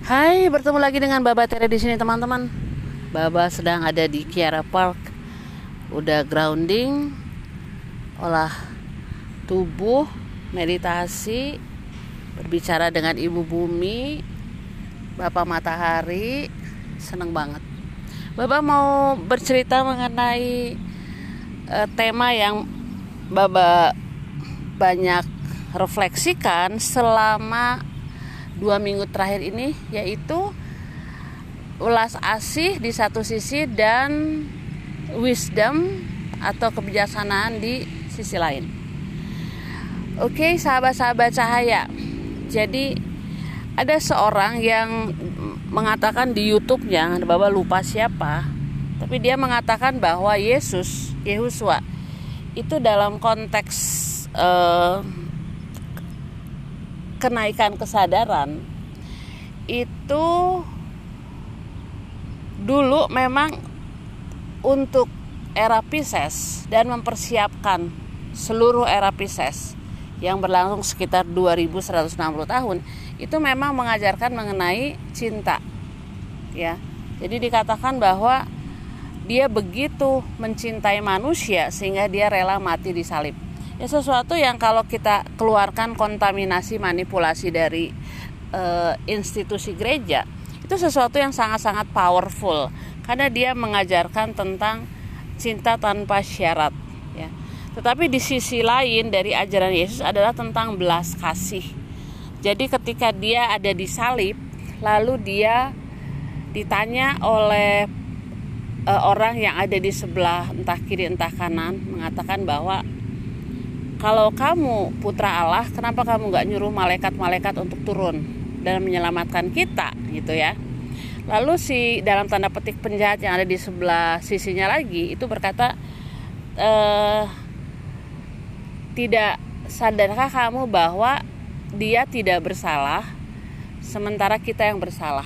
Hai, bertemu lagi dengan Baba Tere di sini teman-teman. Baba sedang ada di Kiara Park. Udah grounding, olah tubuh, meditasi, berbicara dengan Ibu Bumi, Bapak Matahari. Seneng banget. Baba mau bercerita mengenai tema yang Baba banyak refleksikan selama 2 minggu terakhir ini, yaitu ulas asih di satu sisi dan wisdom atau kebijaksanaan di sisi lain. Oke, sahabat-sahabat cahaya. Jadi ada seorang yang mengatakan di YouTube-nya, Baba lupa siapa, tapi dia mengatakan bahwa Yehuswa itu dalam konteks kenaikan kesadaran itu dulu memang untuk era Pisces dan mempersiapkan seluruh era Pisces yang berlangsung sekitar 2160 tahun itu memang mengajarkan mengenai cinta, ya. Jadi dikatakan bahwa dia begitu mencintai manusia sehingga dia rela mati di salib. Ya, sesuatu yang kalau kita keluarkan kontaminasi manipulasi dari institusi gereja, itu sesuatu yang sangat-sangat powerful karena dia mengajarkan tentang cinta tanpa syarat, ya. Tetapi di sisi lain dari ajaran Yesus adalah tentang belas kasih. Jadi ketika dia ada di salib, lalu dia ditanya oleh orang yang ada di sebelah entah kiri entah kanan, mengatakan bahwa kalau kamu putra Allah, kenapa kamu gak nyuruh malaikat-malaikat untuk turun dan menyelamatkan kita, gitu ya. Lalu si dalam tanda petik penjahat yang ada di sebelah sisinya lagi itu berkata, tidak sadarkah kamu bahwa dia tidak bersalah sementara kita yang bersalah.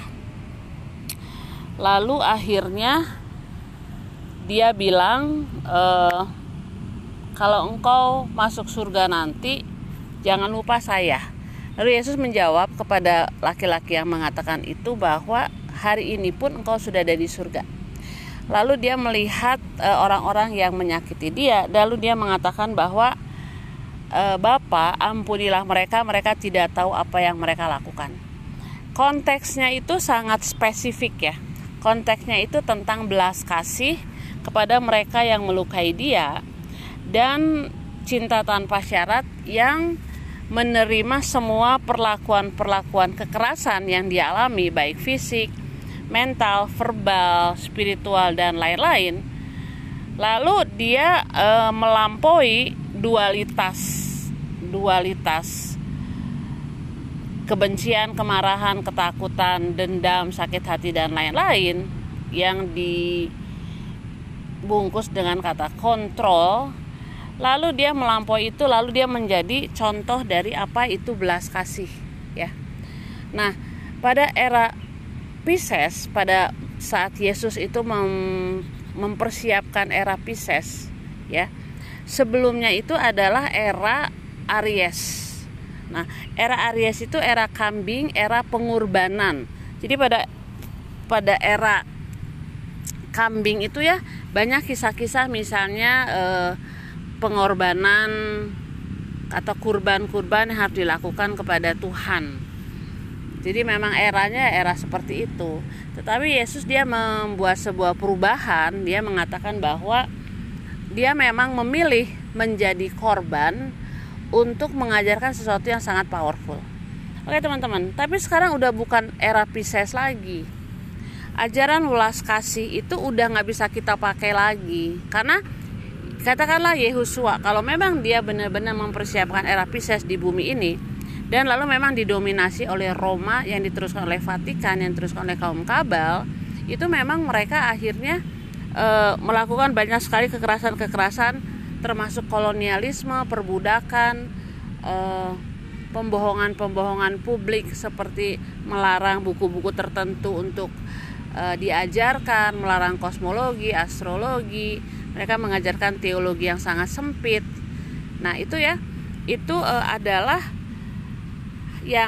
Lalu akhirnya dia bilang, kalau engkau masuk surga nanti, jangan lupa saya. Lalu Yesus menjawab kepada laki-laki yang mengatakan itu bahwa hari ini pun engkau sudah ada di surga. Lalu dia melihat orang-orang yang menyakiti dia. Lalu dia mengatakan bahwa Bapa, ampunilah mereka, mereka tidak tahu apa yang mereka lakukan. Konteksnya itu sangat spesifik, ya. Konteksnya itu tentang belas kasih kepada mereka yang melukai dia dan cinta tanpa syarat yang menerima semua perlakuan-perlakuan kekerasan yang dia alami, baik fisik, mental, verbal, spiritual, dan lain-lain. Lalu dia melampaui dualitas kebencian, kemarahan, ketakutan, dendam, sakit hati, dan lain-lain yang dibungkus dengan kata kontrol. Lalu dia melampaui itu, lalu dia menjadi contoh dari apa itu belas kasih, ya. Nah, pada era Pisces, pada saat Yesus itu mempersiapkan era Pisces, ya. Sebelumnya itu adalah era Aries. Nah, era Aries itu era kambing, era pengorbanan. Jadi pada era kambing itu, ya, banyak kisah-kisah misalnya pengorbanan atau kurban-kurban yang harus dilakukan kepada Tuhan. Jadi memang eranya era seperti itu. Tetapi Yesus dia membuat sebuah perubahan. Dia mengatakan bahwa dia memang memilih menjadi korban untuk mengajarkan sesuatu yang sangat powerful. Oke teman-teman, tapi sekarang udah bukan era Pisces lagi. Ajaran welas kasih itu udah gak bisa kita pakai lagi. Karena katakanlah Yehuswa, kalau memang dia benar-benar mempersiapkan era Pisces di bumi ini, dan lalu memang didominasi oleh Roma yang diteruskan oleh Vatikan, yang diteruskan oleh kaum Kabal, itu memang mereka akhirnya melakukan banyak sekali kekerasan-kekerasan, termasuk kolonialisme, perbudakan, pembohongan-pembohongan publik seperti melarang buku-buku tertentu untuk diajarkan, melarang kosmologi, astrologi. Mereka mengajarkan teologi yang sangat sempit. Nah itu, ya, itu adalah yang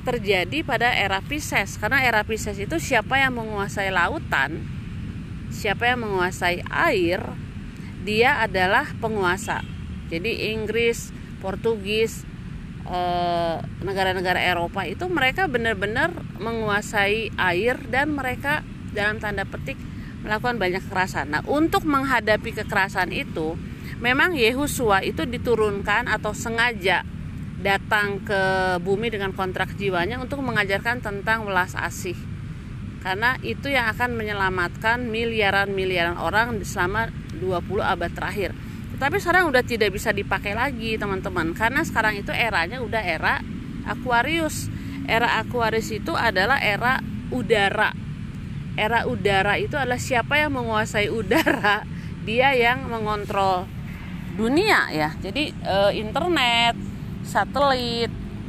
terjadi pada era Pisces, karena era Pisces itu siapa yang menguasai lautan, siapa yang menguasai air, dia adalah penguasa. Jadi Inggris, Portugis, negara-negara Eropa itu mereka benar-benar menguasai air dan mereka dalam tanda petik melakukan banyak kekerasan. Nah, untuk menghadapi kekerasan itu memang Yehosua itu diturunkan atau sengaja datang ke bumi dengan kontrak jiwanya untuk mengajarkan tentang welas asih, karena itu yang akan menyelamatkan miliaran orang selama 20 abad terakhir. Tetapi sekarang udah tidak bisa dipakai lagi teman-teman, karena sekarang itu eranya udah era Aquarius. Era Aquarius itu adalah era udara. Era udara itu adalah siapa yang menguasai udara, dia yang mengontrol dunia ya. Jadi internet, satelit,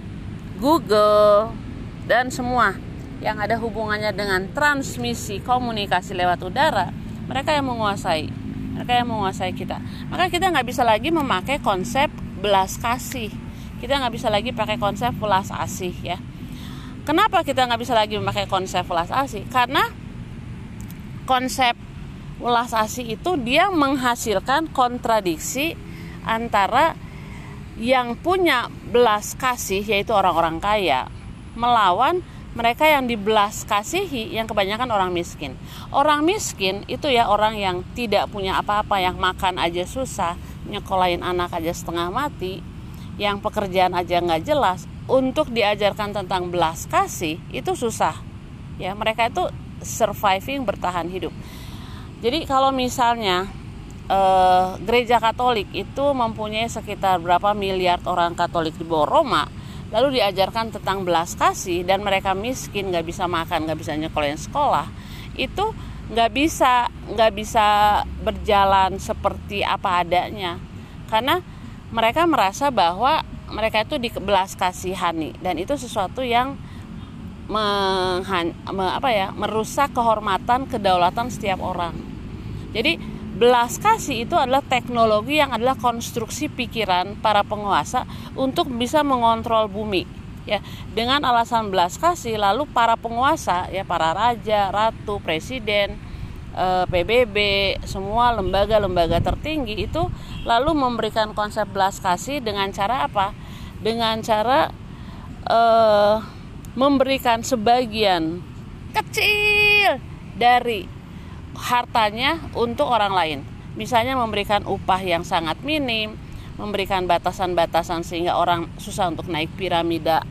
Google, dan semua yang ada hubungannya dengan transmisi komunikasi lewat udara, mereka yang menguasai kita. Maka kita nggak bisa lagi memakai konsep belas kasih, kita nggak bisa lagi pakai konsep welas asih ya. Kenapa kita nggak bisa lagi memakai konsep welas asih? Karena konsep welas asih itu dia menghasilkan kontradiksi antara yang punya belas kasih, yaitu orang-orang kaya, melawan mereka yang dibelas kasihi, yang kebanyakan orang miskin. Orang miskin itu ya orang yang tidak punya apa-apa, yang makan aja susah, nyekolahin anak aja setengah mati, yang pekerjaan aja nggak jelas. Untuk diajarkan tentang belas kasih itu susah ya, mereka itu surviving, bertahan hidup. Jadi kalau misalnya gereja Katolik itu mempunyai sekitar berapa miliar orang Katolik di bawah Roma, lalu diajarkan tentang belas kasih dan mereka miskin, nggak bisa makan, nggak bisa nyekolahin sekolah, itu nggak bisa berjalan seperti apa adanya, karena mereka merasa bahwa mereka itu dibelas kasihani, dan itu sesuatu yang merusak kehormatan kedaulatan setiap orang. Jadi belas kasih itu adalah teknologi yang adalah konstruksi pikiran para penguasa untuk bisa mengontrol bumi ya. Dengan alasan belas kasih, lalu para penguasa ya, para raja, ratu, presiden, PBB, semua lembaga-lembaga tertinggi itu lalu memberikan konsep belas kasih dengan cara apa? Dengan cara memberikan sebagian kecil dari hartanya untuk orang lain. Misalnya memberikan upah yang sangat minim, memberikan batasan-batasan sehingga orang susah untuk naik piramida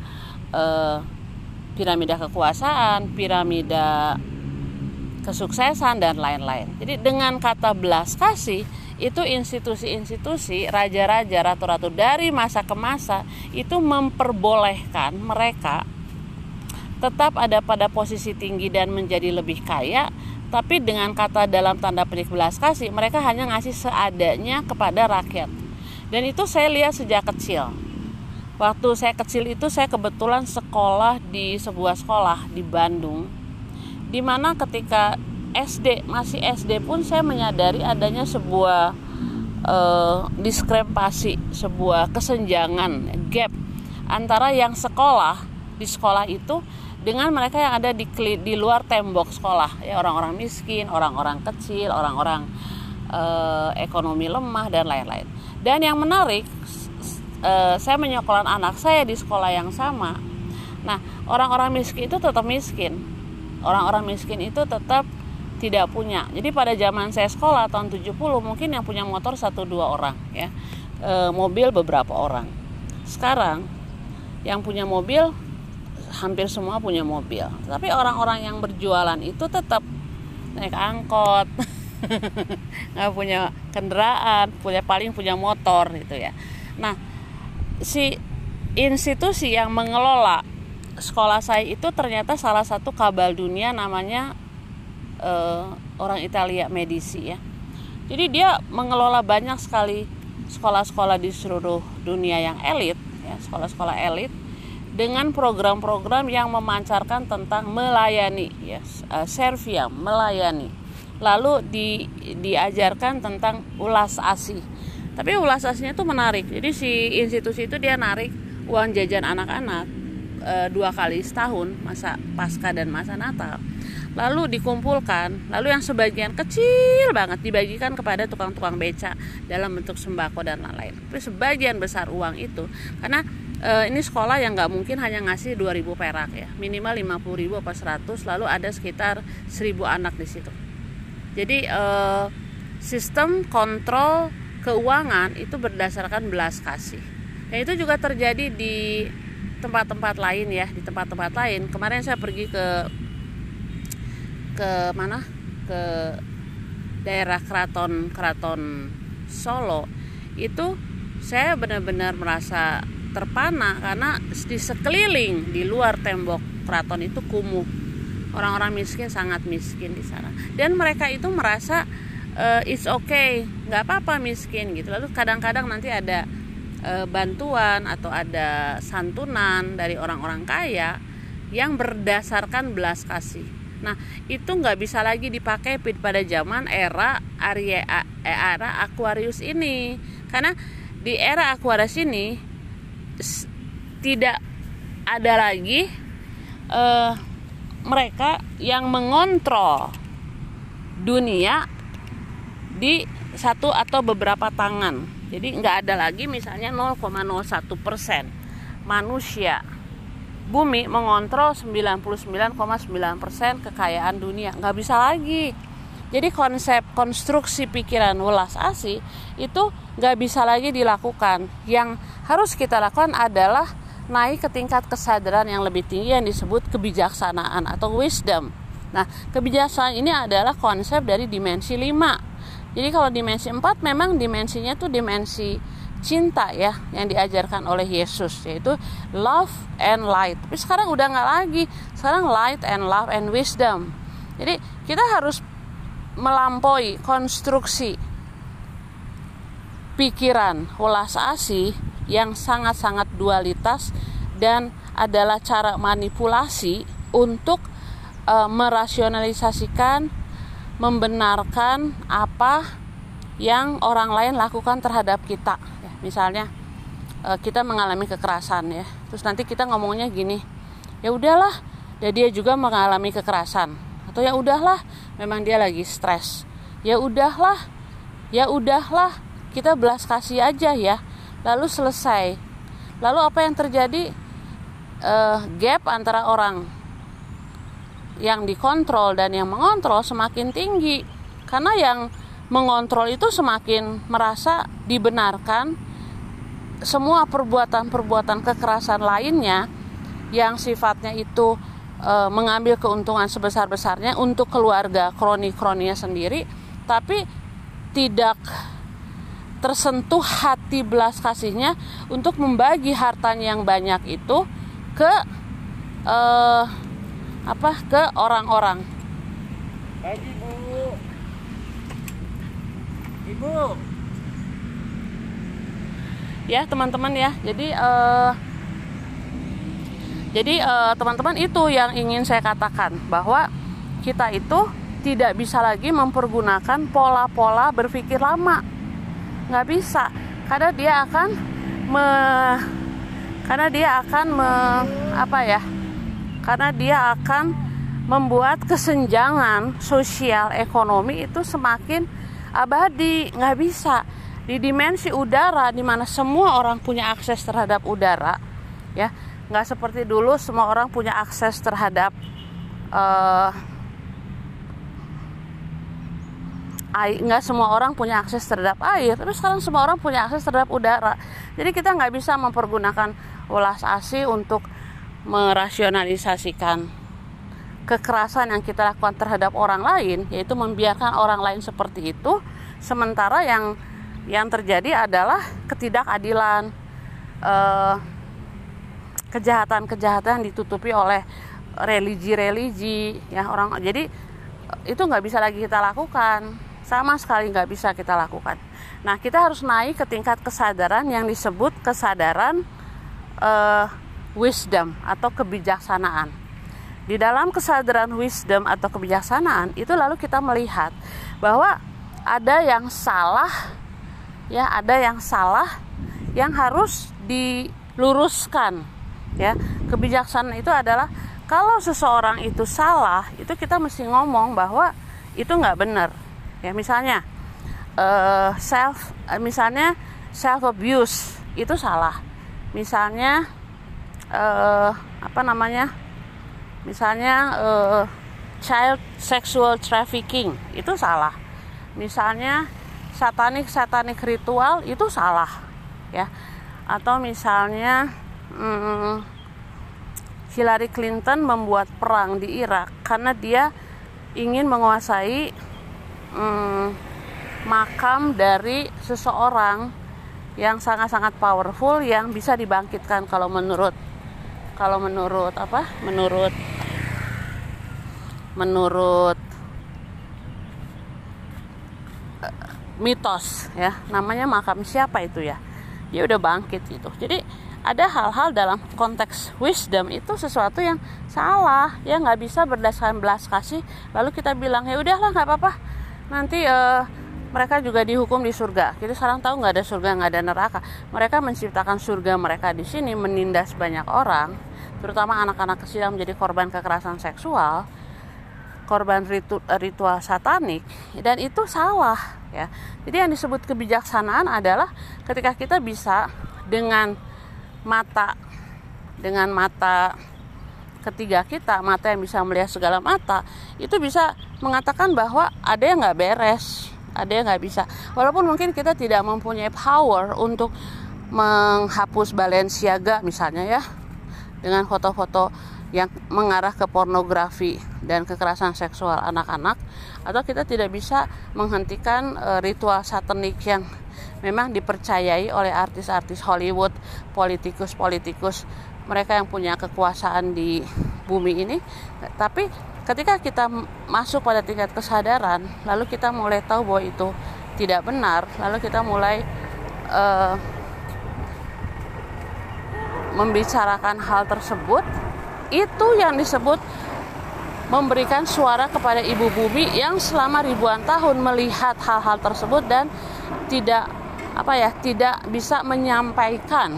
kekuasaan, piramida kesuksesan, dan lain-lain. Jadi dengan kata belas kasih, itu institusi-institusi, raja-raja, ratu-ratu dari masa ke masa itu memperbolehkan mereka tetap ada pada posisi tinggi dan menjadi lebih kaya, tapi dengan kata dalam tanda petik belas kasih, mereka hanya ngasih seadanya kepada rakyat. Dan itu saya lihat sejak kecil. Waktu saya kecil itu saya kebetulan sekolah di sebuah sekolah di Bandung, di mana ketika masih SD pun saya menyadari adanya sebuah diskrepasi, sebuah kesenjangan, gap antara yang sekolah di sekolah itu dengan mereka yang ada di luar tembok sekolah ya, orang-orang miskin, orang-orang kecil, orang-orang ekonomi lemah, dan lain-lain. Dan yang menarik, saya menyekolahkan anak saya di sekolah yang sama. Nah, orang-orang miskin itu tetap miskin, orang-orang miskin itu tetap tidak punya. Jadi pada zaman saya sekolah tahun 70 mungkin yang punya motor 1-2 orang ya, mobil beberapa orang. Sekarang yang punya mobil hampir semua punya mobil, tapi orang-orang yang berjualan itu tetap naik angkot, nggak punya kendaraan, paling punya motor gitu ya. Nah, si institusi yang mengelola sekolah saya itu ternyata salah satu kabal dunia, namanya orang Italia, Medici ya. Jadi dia mengelola banyak sekali sekolah-sekolah di seluruh dunia yang elit ya, sekolah-sekolah elit, dengan program-program yang memancarkan tentang melayani ya, serviam, melayani. Lalu diajarkan tentang ulas asih. Tapi ulas asihnya itu menarik. Jadi si institusi itu dia narik uang jajan anak-anak 2 kali setahun, masa Paskah dan masa Natal. Lalu dikumpulkan, lalu yang sebagian kecil banget dibagikan kepada tukang-tukang beca dalam bentuk sembako dan lain-lain. Tapi sebagian besar uang itu, karena ini sekolah yang nggak mungkin hanya ngasih 2.000 perak ya, minimal 50.000 apa 100, lalu ada sekitar 1.000 anak di situ. Jadi sistem kontrol keuangan itu berdasarkan belas kasih. Dan itu juga terjadi di tempat-tempat lain ya, di tempat-tempat lain. Kemarin saya pergi ke mana? Ke daerah keraton Solo. Itu saya benar-benar merasa terpana karena di sekeliling di luar tembok keraton itu kumuh. Orang-orang miskin sangat miskin di sana. Dan mereka itu merasa it's okay, nggak apa-apa miskin gitu. Lalu kadang-kadang nanti ada bantuan atau ada santunan dari orang-orang kaya yang berdasarkan belas kasih. Nah, itu nggak bisa lagi dipakai pada zaman era Aquarius ini, karena di era Aquarius ini tidak ada lagi mereka yang mengontrol dunia di satu atau beberapa tangan. Jadi nggak ada lagi misalnya 0,01% manusia bumi mengontrol 99,9% kekayaan dunia. Nggak bisa lagi. Jadi konsep konstruksi pikiran welas asih itu nggak bisa lagi dilakukan. Yang harus kita lakukan adalah naik ke tingkat kesadaran yang lebih tinggi yang disebut kebijaksanaan atau wisdom. Nah, kebijaksanaan ini adalah konsep dari dimensi 5. Jadi kalau dimensi 4 memang dimensinya tuh dimensi cinta ya, yang diajarkan oleh Yesus, yaitu love and light. Tapi sekarang udah nggak lagi. Sekarang light and love and wisdom. Jadi kita harus melampaui konstruksi pikiran welas asih yang sangat-sangat dualitas dan adalah cara manipulasi untuk merasionalisasikan, membenarkan apa yang orang lain lakukan terhadap kita. Misalnya kita mengalami kekerasan ya, terus nanti kita ngomongnya gini, ya udahlah, dia juga mengalami kekerasan, atau ya udahlah, memang dia lagi stres, ya udahlah, kita belas kasih aja ya, lalu selesai. Lalu apa yang terjadi? Gap antara orang yang dikontrol dan yang mengontrol semakin tinggi, karena yang mengontrol itu semakin merasa dibenarkan. Semua perbuatan-perbuatan kekerasan lainnya yang sifatnya itu mengambil keuntungan sebesar-besarnya untuk keluarga kroni-kroninya sendiri, tapi tidak tersentuh hati belas kasihnya untuk membagi hartanya yang banyak itu ke ke orang-orang. Pagi Bu. Ibu. Ya teman-teman ya, jadi teman-teman itu yang ingin saya katakan, bahwa kita itu tidak bisa lagi mempergunakan pola-pola berpikir lama, nggak bisa, karena dia akan membuat kesenjangan sosial ekonomi itu semakin abadi. Nggak bisa. Di dimensi udara, di mana semua orang punya akses terhadap udara, ya, nggak seperti dulu semua orang punya akses terhadap air. Nggak semua orang punya akses terhadap air, tapi sekarang semua orang punya akses terhadap udara. Jadi kita nggak bisa mempergunakan welas asih untuk merasionalisasikan kekerasan yang kita lakukan terhadap orang lain, yaitu membiarkan orang lain seperti itu, sementara yang terjadi adalah ketidakadilan, kejahatan-kejahatan yang ditutupi oleh religi-religi ya orang. Jadi itu nggak bisa lagi kita lakukan, sama sekali nggak bisa kita lakukan. Nah, kita harus naik ke tingkat kesadaran yang disebut kesadaran wisdom atau kebijaksanaan. Di dalam kesadaran wisdom atau kebijaksanaan itu lalu kita melihat bahwa ada yang salah ya, ada yang salah yang harus diluruskan Ya, kebijaksanaan itu adalah kalau seseorang itu salah, itu kita mesti ngomong bahwa itu nggak benar. Ya, misalnya self abuse itu salah. Misalnya child sexual trafficking itu salah. Misalnya satanik ritual itu salah, ya. Atau misalnya Hillary Clinton membuat perang di Irak karena dia ingin menguasai makam dari seseorang yang sangat-sangat powerful yang bisa dibangkitkan kalau menurut mitos, ya. Namanya makam siapa itu, ya? Dia udah bangkit gitu. Jadi ada hal-hal dalam konteks wisdom itu sesuatu yang salah, ya, nggak bisa berdasarkan belas kasih lalu kita bilang ya udahlah nggak apa-apa, nanti mereka juga dihukum di surga. Kita sekarang tahu nggak ada surga, nggak ada neraka. Mereka menciptakan surga mereka di sini, menindas banyak orang, terutama anak-anak kecil yang menjadi korban kekerasan seksual, korban ritual satanik, dan itu salah, ya. Jadi yang disebut kebijaksanaan adalah ketika kita bisa dengan mata ketiga kita, mata yang bisa melihat segala mata, itu bisa mengatakan bahwa ada yang nggak beres, ada yang nggak bisa. Walaupun mungkin kita tidak mempunyai power untuk menghapus Balenciaga misalnya, ya, dengan foto-foto yang mengarah ke pornografi dan kekerasan seksual anak-anak, atau kita tidak bisa menghentikan ritual satanik yang memang dipercayai oleh artis-artis Hollywood, politikus-politikus, mereka yang punya kekuasaan di bumi ini. Tapi ketika kita masuk pada tingkat kesadaran, lalu kita mulai tahu bahwa itu tidak benar, lalu kita mulai membicarakan hal tersebut, itu yang disebut memberikan suara kepada ibu bumi yang selama ribuan tahun melihat hal-hal tersebut dan tidak bisa menyampaikan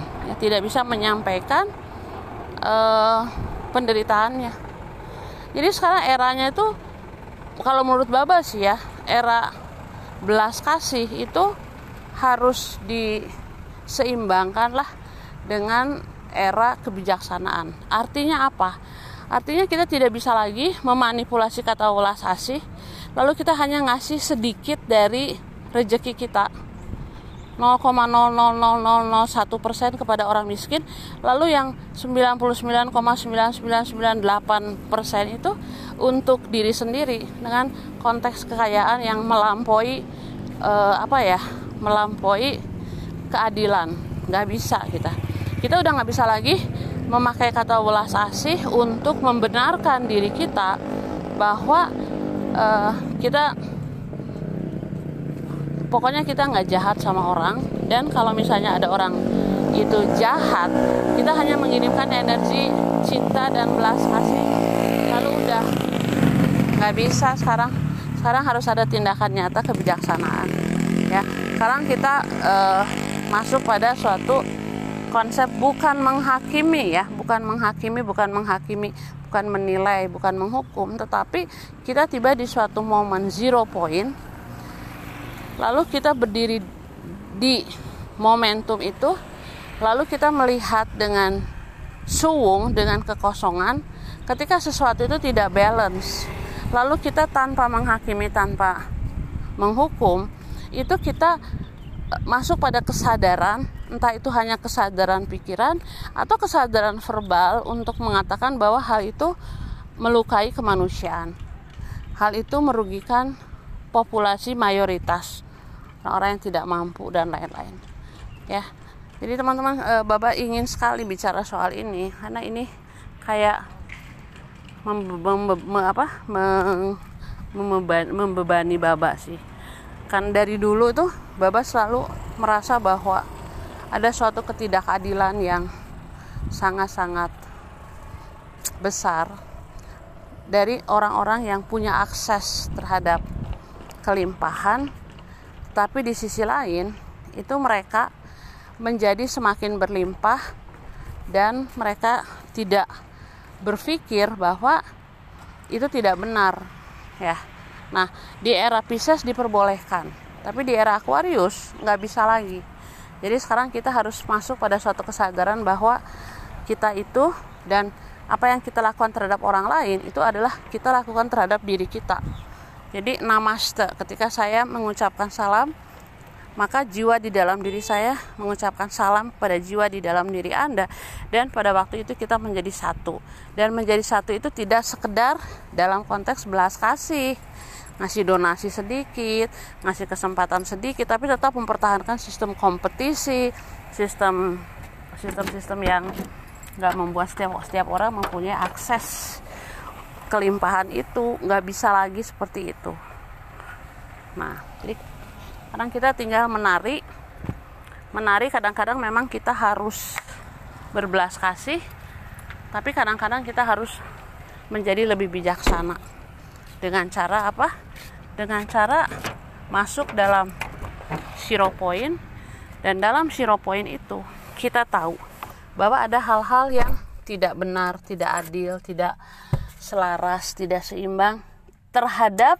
penderitaannya. Jadi sekarang eranya itu, kalau menurut Baba sih, ya, era belas kasih itu harus diseimbangkan lah dengan era kebijaksanaan. Artinya apa? Artinya kita tidak bisa lagi memanipulasi kata welas asih, lalu kita hanya ngasih sedikit dari rezeki kita, 0,00001% kepada orang miskin, lalu yang 99,9998% itu untuk diri sendiri dengan konteks kekayaan yang melampaui keadilan. Nggak bisa kita udah nggak bisa lagi memakai kata welas asih untuk membenarkan diri kita bahwa pokoknya kita nggak jahat sama orang, dan kalau misalnya ada orang itu jahat, kita hanya mengirimkan energi cinta dan belas kasih, lalu udah nggak bisa. Sekarang harus ada tindakan nyata, kebijaksanaan, ya. Sekarang kita masuk pada suatu konsep bukan menghakimi, bukan menilai, bukan menghukum, tetapi kita tiba di suatu momen zero point. Lalu kita berdiri di momentum itu, lalu kita melihat dengan suwung, dengan kekosongan, ketika sesuatu itu tidak balance. Lalu kita tanpa menghakimi, tanpa menghukum, itu kita masuk pada kesadaran, entah itu hanya kesadaran pikiran atau kesadaran verbal untuk mengatakan bahwa hal itu melukai kemanusiaan. Hal itu merugikan populasi mayoritas, orang-orang yang tidak mampu dan lain-lain, ya. Jadi teman-teman, Baba ingin sekali bicara soal ini karena ini kayak membebani Baba sih. Kan dari dulu tuh Baba selalu merasa bahwa ada suatu ketidakadilan yang sangat-sangat besar dari orang-orang yang punya akses terhadap kelimpahan, tapi di sisi lain itu mereka menjadi semakin berlimpah dan mereka tidak berpikir bahwa itu tidak benar, ya. Nah, di era Pisces diperbolehkan, tapi di era Aquarius nggak bisa lagi. Jadi sekarang kita harus masuk pada suatu kesadaran bahwa kita itu dan apa yang kita lakukan terhadap orang lain itu adalah kita lakukan terhadap diri kita. Jadi namaste, ketika saya mengucapkan salam, maka jiwa di dalam diri saya mengucapkan salam pada jiwa di dalam diri Anda, dan pada waktu itu kita menjadi satu. Dan menjadi satu itu tidak sekedar dalam konteks belas kasih, ngasih donasi sedikit, ngasih kesempatan sedikit, tapi tetap mempertahankan sistem kompetisi, sistem yang nggak membuat setiap orang mempunyai akses kelimpahan itu. Nggak bisa lagi seperti itu. Nah, jadi sekarang kita tinggal menari. Kadang-kadang memang kita harus berbelas kasih, tapi kadang-kadang kita harus menjadi lebih bijaksana. Dengan cara apa? Dengan cara masuk dalam zero point, dan dalam zero point itu kita tahu bahwa ada hal-hal yang tidak benar, tidak adil, tidak selaras, tidak seimbang terhadap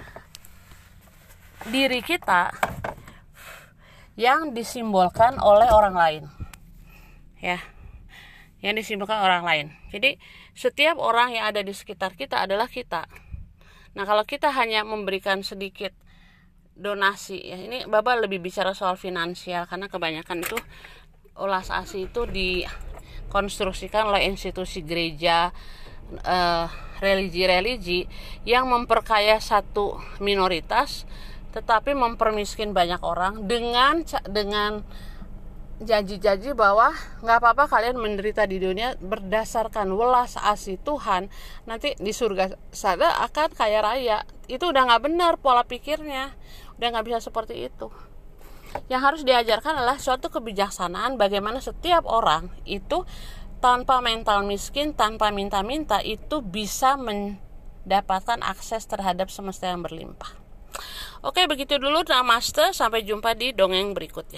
diri kita yang disimbolkan oleh orang lain, ya, yang disimbolkan orang lain. Jadi setiap orang yang ada di sekitar kita adalah kita. Nah, kalau kita hanya memberikan sedikit donasi, ya, ini Bapak lebih bicara soal finansial, karena kebanyakan itu ulas asih itu dikonstruksikan oleh institusi gereja, religi-religi yang memperkaya satu minoritas, tetapi mempermiskin banyak orang dengan janji-janji bahwa nggak apa-apa kalian menderita di dunia berdasarkan welas asih Tuhan, nanti di surga sana akan kaya raya. Itu udah nggak benar pola pikirnya, udah nggak bisa seperti itu. Yang harus diajarkan adalah suatu kebijaksanaan, bagaimana setiap orang itu tanpa mental miskin, tanpa minta-minta, itu bisa mendapatkan akses terhadap semesta yang berlimpah. Oke, begitu dulu. Namaste, sampai jumpa di dongeng berikutnya.